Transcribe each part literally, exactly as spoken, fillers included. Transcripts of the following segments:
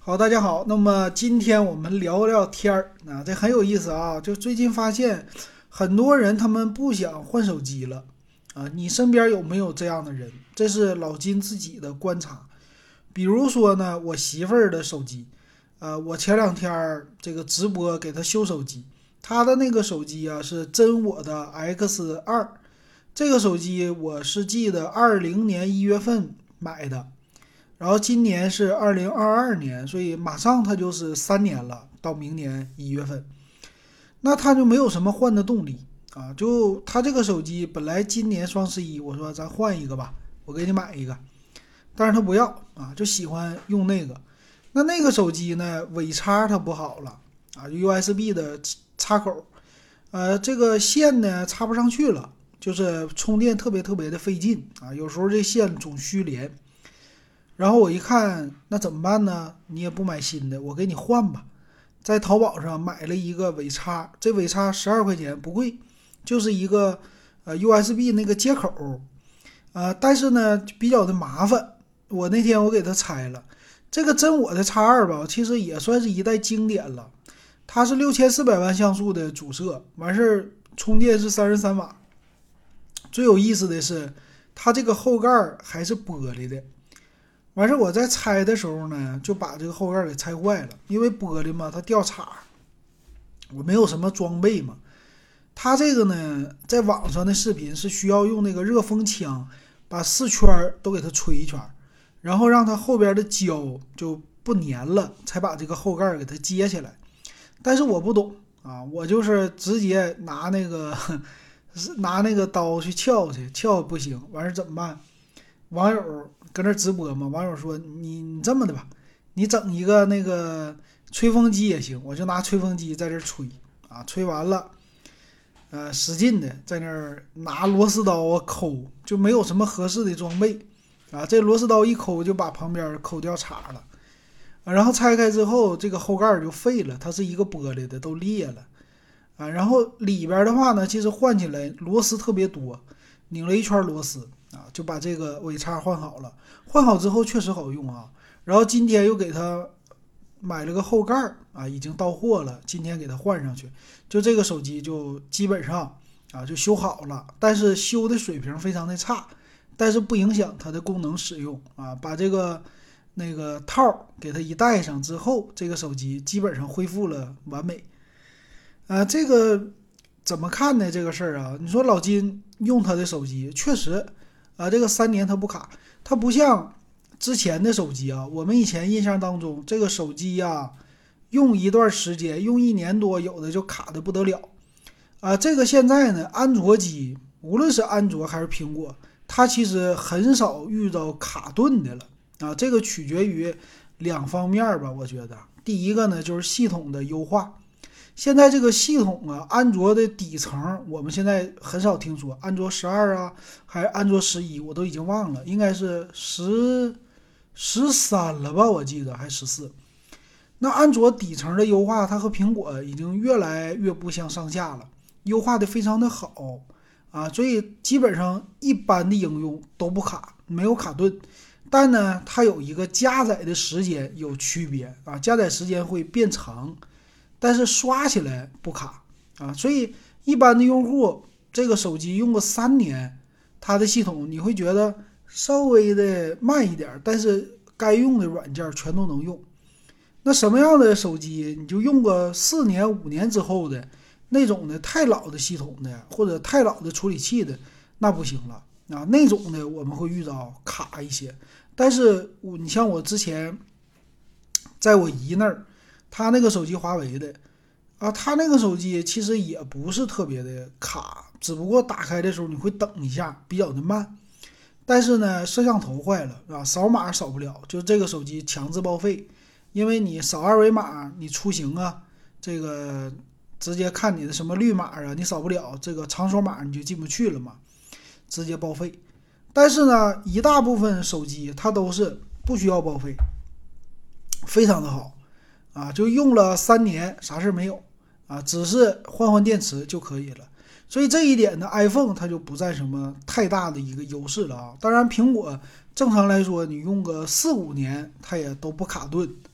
好，大家好。那么今天我们聊聊天儿啊，这很有意思啊。就最近发现，很多人他们不想换手机了啊。你身边有没有这样的人？这是老金自己的观察。比如说呢，我媳妇儿的手机，呃，我前两天儿这个直播给她修手机，她的那个手机啊是真我的 X 二，这个手机我是记得二零年一月份买的。然后今年是二零二二年，所以马上它就是三年了，到明年一月份，那他就没有什么换的动力啊。就他这个手机本来今年双十一，我说咱换一个吧，我给你买一个，但是他不要啊，就喜欢用那个。那那个手机呢，尾插它不好了啊 ，U S B 的插口，呃，这个线呢插不上去了，就是充电特别特别的费劲啊，有时候这线总虚连。然后我一看，那怎么办呢？你也不买新的，我给你换吧。在淘宝上买了一个尾插，这尾插十二块钱，不贵，就是一个呃 U S B 那个接口，呃，但是呢比较的麻烦。我那天我给它拆了，这个真我的 X 二吧，其实也算是一代经典了。它是六千四百万像素的主摄，完事儿充电是三十三瓦。最有意思的是，它这个后盖还是玻璃的。完事我在拆的时候呢，就把这个后盖给拆坏了，因为玻璃嘛，它掉叉，我没有什么装备嘛。它这个呢，在网上的视频是需要用那个热风枪把四圈都给它吹一圈，然后让它后边的胶就不粘了，才把这个后盖给它接起来。但是我不懂啊，我就是直接拿那个拿那个刀去撬去，撬不行，完事怎么办？网友搁那直播嘛，网友说你你这么的吧，你整一个那个吹风机也行，我就拿吹风机在这吹啊，吹完了，呃，使劲的在那儿拿螺丝刀啊抠，就没有什么合适的装备啊，这螺丝刀一抠就把旁边抠掉叉了，啊，然后拆开之后这个后盖就废了，它是一个玻璃的，都裂了啊，然后里边的话呢，其实换起来螺丝特别多，拧了一圈螺丝。啊，就把这个尾插换好了，换好之后确实好用啊。然后今天又给他买了个后盖啊，已经到货了，今天给他换上去，就这个手机就基本上啊就修好了，但是修的水平非常的差，但是不影响它的功能使用啊。把这个那个套给它一戴上之后，这个手机基本上恢复了完美。啊，这个怎么看呢？这个事儿啊，你说老金用他的手机确实。啊，这个三年它不卡，它不像之前的手机啊。我们以前印象当中，这个手机呀、啊，用一段时间，用一年多，有的就卡的不得了啊。这个现在呢，安卓机无论是安卓还是苹果，它其实很少遇到卡顿的了啊。这个取决于两方面吧，我觉得，第一个呢就是系统的优化。现在这个系统啊，安卓的底层我们现在很少听说，安卓十二啊，还是安卓十一，我都已经忘了，应该是十十三了吧，我记得还十四。那安卓底层的优化，它和苹果已经越来越不相上下了，优化的非常的好啊，所以基本上一般的应用都不卡，没有卡顿。但呢，它有一个加载的时间有区别啊，加载时间会变长。但是刷起来不卡啊，所以一般的用户这个手机用个三年，它的系统你会觉得稍微的慢一点，但是该用的软件全都能用。那什么样的手机你就用个四年五年之后的那种的太老的系统的或者太老的处理器的那不行了啊，那种的我们会遇到卡一些。但是你像我之前在我姨那儿。他那个手机华为的啊，他那个手机其实也不是特别的卡，只不过打开的时候你会等一下，比较的慢。但是呢，摄像头坏了啊，扫码扫不了，就这个手机强制报废，因为你扫二维码，你出行啊，这个直接看你的什么绿码啊，你扫不了，这个场所码你就进不去了嘛，直接报废。但是呢，一大部分手机它都是不需要报废，非常的好。啊，就用了三年，啥事没有啊，只是换换电池就可以了。所以这一点呢 ，iPhone 它就不占什么太大的一个优势了啊。当然，苹果正常来说，你用个四五年它也都不卡顿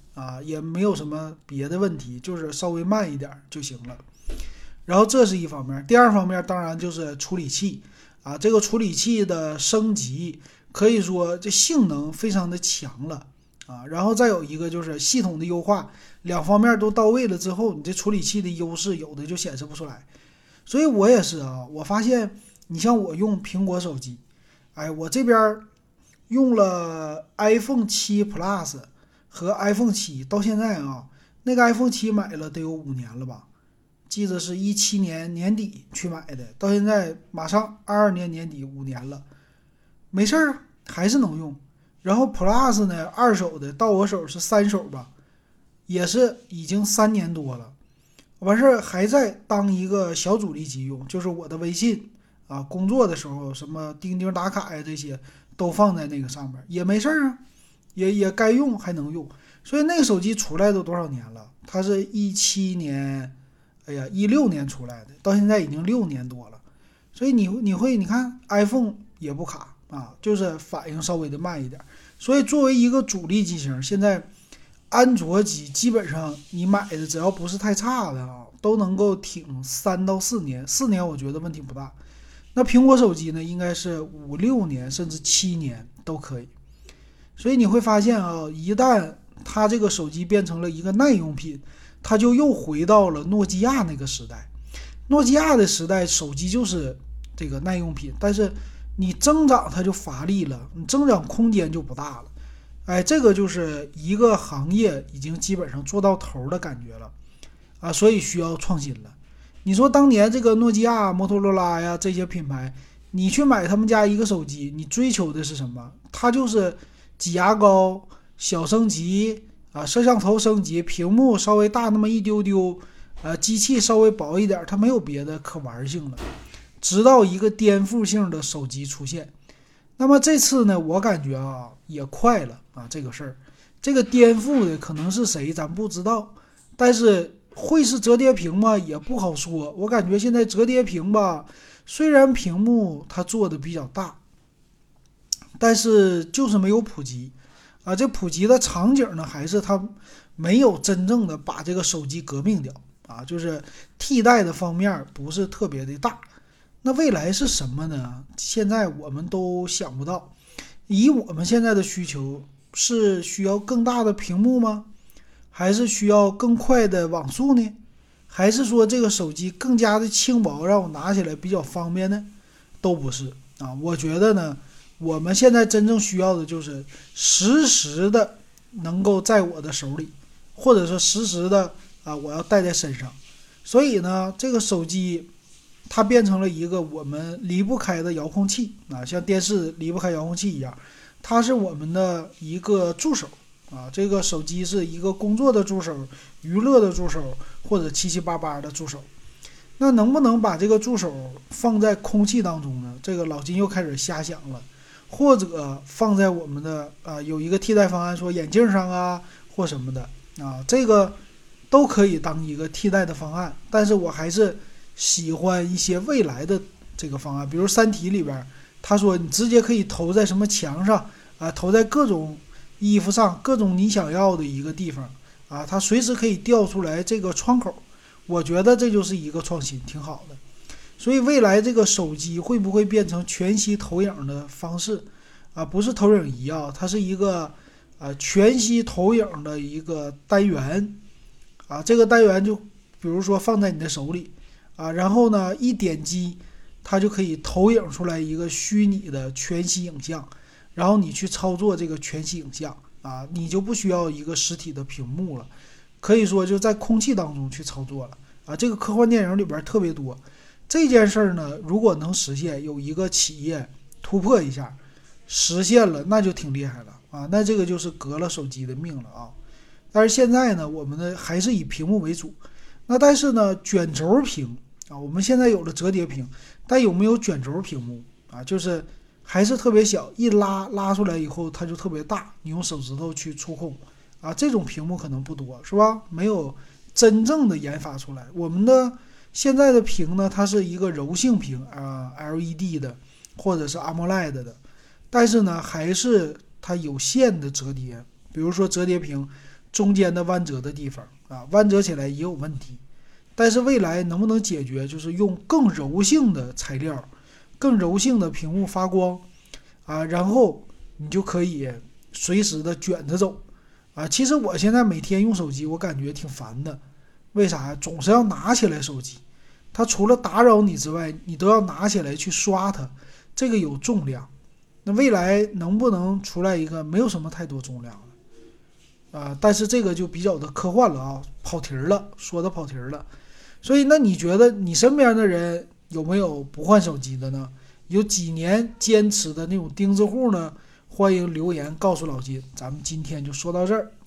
啊，也没有什么别的问题，就是稍微慢一点就行了。然后这是一方面，第二方面当然就是处理器啊，这个处理器的升级可以说这性能非常的强了啊。然后再有一个就是系统的优化，两方面都到位了之后，你这处理器的优势有的就显示不出来。所以我也是啊，我发现你像我用苹果手机，哎，我这边用了 iPhone 七 Plus 和 iPhone 七，到现在啊，那个 iPhone 七买了得有五年了吧。记得是一七年年底去买的，到现在马上二二年年底五年了，没事儿还是能用。然后 Plus 呢，二手的到我手是三手吧，也是已经三年多了，完事儿还在当一个小主力机用，就是我的微信啊，工作的时候什么钉钉打卡呀这些都放在那个上面，也没事儿啊，也也该用还能用。所以那个手机出来都多少年了？它是一七年。哎呀，一六年出来的，到现在已经六年多了，所以你你会你看 iPhone 也不卡啊，就是反应稍微的慢一点。所以作为一个主力机型，现在安卓机基本上你买的只要不是太差的啊，都能够挺三到四年，四年我觉得问题不大。那苹果手机呢，应该是五六年甚至七年都可以。所以你会发现啊，一旦它这个手机变成了一个耐用品，它就又回到了诺基亚那个时代。诺基亚的时代手机就是这个耐用品，但是你增长它就乏力了，你增长空间就不大了。哎，这个就是一个行业已经基本上做到头的感觉了啊，所以需要创新了。你说当年这个诺基亚、摩托罗拉呀这些品牌，你去买他们家一个手机，你追求的是什么？它就是挤牙膏、小升级啊，摄像头升级，屏幕稍微大那么一丢丢，呃，机器稍微薄一点，它没有别的可玩性了。直到一个颠覆性的手机出现，那么这次呢，我感觉啊也快了啊这个事儿，这个颠覆的可能是谁咱不知道，但是会是折叠屏吗？也不好说。我感觉现在折叠屏吧，虽然屏幕它做的比较大，但是就是没有普及。啊，这普及的场景呢，还是它没有真正的把这个手机革命掉啊，就是替代的方面不是特别的大。那未来是什么呢？现在我们都想不到。以我们现在的需求，是需要更大的屏幕吗？还是需要更快的网速呢？还是说这个手机更加的轻薄，让我拿起来比较方便呢？都不是啊，我觉得呢。我们现在真正需要的就是实时的能够在我的手里，或者说实时的啊，我要带在身上。所以呢，这个手机它变成了一个我们离不开的遥控器啊，像电视离不开遥控器一样，它是我们的一个助手啊。这个手机是一个工作的助手、娱乐的助手，或者七七八八的助手。那能不能把这个助手放在空气当中呢？这个老金又开始瞎想了。或者放在我们的啊、呃、有一个替代方案，说眼镜上啊或什么的啊，这个都可以当一个替代的方案。但是我还是喜欢一些未来的这个方案，比如三体里边他说你直接可以投在什么墙上啊，投在各种衣服上，各种你想要的一个地方啊，它随时可以调出来这个窗口。我觉得这就是一个创新，挺好的。所以未来这个手机会不会变成全息投影的方式啊？不是投影仪啊，它是一个啊全息投影的一个单元啊。这个单元就比如说放在你的手里啊，然后呢一点击，它就可以投影出来一个虚拟的全息影像，然后你去操作这个全息影像啊，你就不需要一个实体的屏幕了，可以说就在空气当中去操作了啊。这个科幻电影里边特别多。这件事儿呢，如果能实现，有一个企业突破一下，实现了，那就挺厉害了啊！那这个就是革了手机的命了啊！但是现在呢，我们呢还是以屏幕为主。那但是呢，卷轴屏啊，我们现在有了折叠屏，但有没有卷轴屏幕啊？就是还是特别小，一拉拉出来以后它就特别大，你用手指头去触控啊，这种屏幕可能不多，是吧？没有真正的研发出来。我们的现在的屏呢，它是一个柔性屏啊 ，L E D 的或者是 AMOLED 的，但是呢，还是它有限的折叠。比如说折叠屏中间的弯折的地方啊，弯折起来也有问题。但是未来能不能解决，就是用更柔性的材料，更柔性的屏幕发光啊，然后你就可以随时的卷着走啊。其实我现在每天用手机，我感觉挺烦的，为啥？总是要拿起来手机，它除了打扰你之外，你都要拿起来去刷它，这个有重量。那未来能不能出来一个没有什么太多重量的啊？但是这个就比较的科幻了啊，跑题了，说的跑题了。所以那你觉得你身边的人有没有不换手机的呢？有几年坚持的那种钉子户呢？欢迎留言告诉老金，咱们今天就说到这儿。